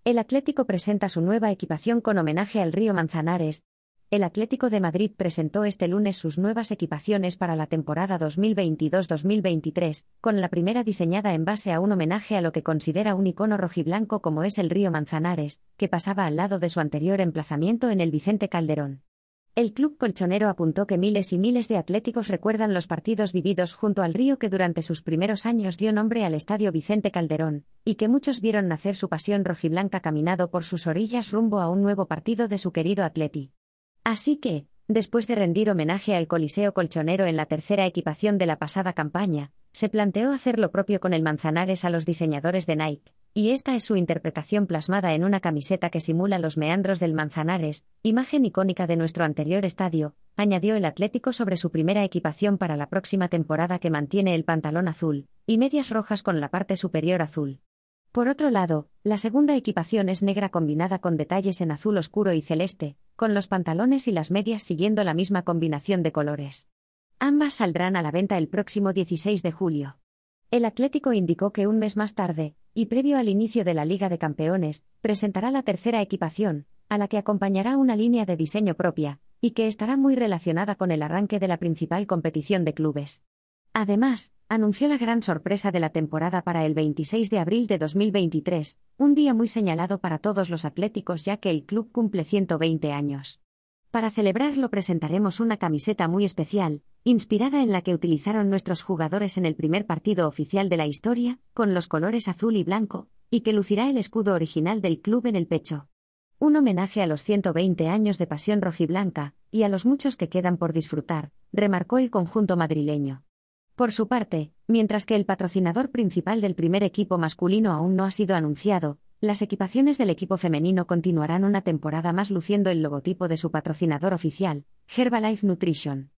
El Atlético presenta su nueva equipación con homenaje al río Manzanares. El Atlético de Madrid presentó este lunes sus nuevas equipaciones para la temporada 2022-2023, con la primera diseñada en base a un homenaje a lo que considera un icono rojiblanco como es el río Manzanares, que pasaba al lado de su anterior emplazamiento en el Vicente Calderón. El club colchonero apuntó que miles y miles de atléticos recuerdan los partidos vividos junto al río que durante sus primeros años dio nombre al Estadio Vicente Calderón, y que muchos vieron nacer su pasión rojiblanca caminado por sus orillas rumbo a un nuevo partido de su querido Atleti. Así que, después de rendir homenaje al Coliseo colchonero en la tercera equipación de la pasada campaña, se planteó hacer lo propio con el Manzanares a los diseñadores de Nike, y esta es su interpretación plasmada en una camiseta que simula los meandros del Manzanares, imagen icónica de nuestro anterior estadio, añadió el Atlético sobre su primera equipación para la próxima temporada que mantiene el pantalón azul, y medias rojas con la parte superior azul. Por otro lado, la segunda equipación es negra combinada con detalles en azul oscuro y celeste, con los pantalones y las medias siguiendo la misma combinación de colores. Ambas saldrán a la venta el próximo 16 de julio. El Atlético indicó que un mes más tarde, y previo al inicio de la Liga de Campeones, presentará la tercera equipación, a la que acompañará una línea de diseño propia, y que estará muy relacionada con el arranque de la principal competición de clubes. Además, anunció la gran sorpresa de la temporada para el 26 de abril de 2023, un día muy señalado para todos los atléticos ya que el club cumple 120 años. Para celebrarlo presentaremos una camiseta muy especial, inspirada en la que utilizaron nuestros jugadores en el primer partido oficial de la historia, con los colores azul y blanco, y que lucirá el escudo original del club en el pecho. Un homenaje a los 120 años de pasión rojiblanca, y a los muchos que quedan por disfrutar, remarcó el conjunto madrileño. Por su parte, mientras que el patrocinador principal del primer equipo masculino aún no ha sido anunciado, las equipaciones del equipo femenino continuarán una temporada más luciendo el logotipo de su patrocinador oficial, Herbalife Nutrition.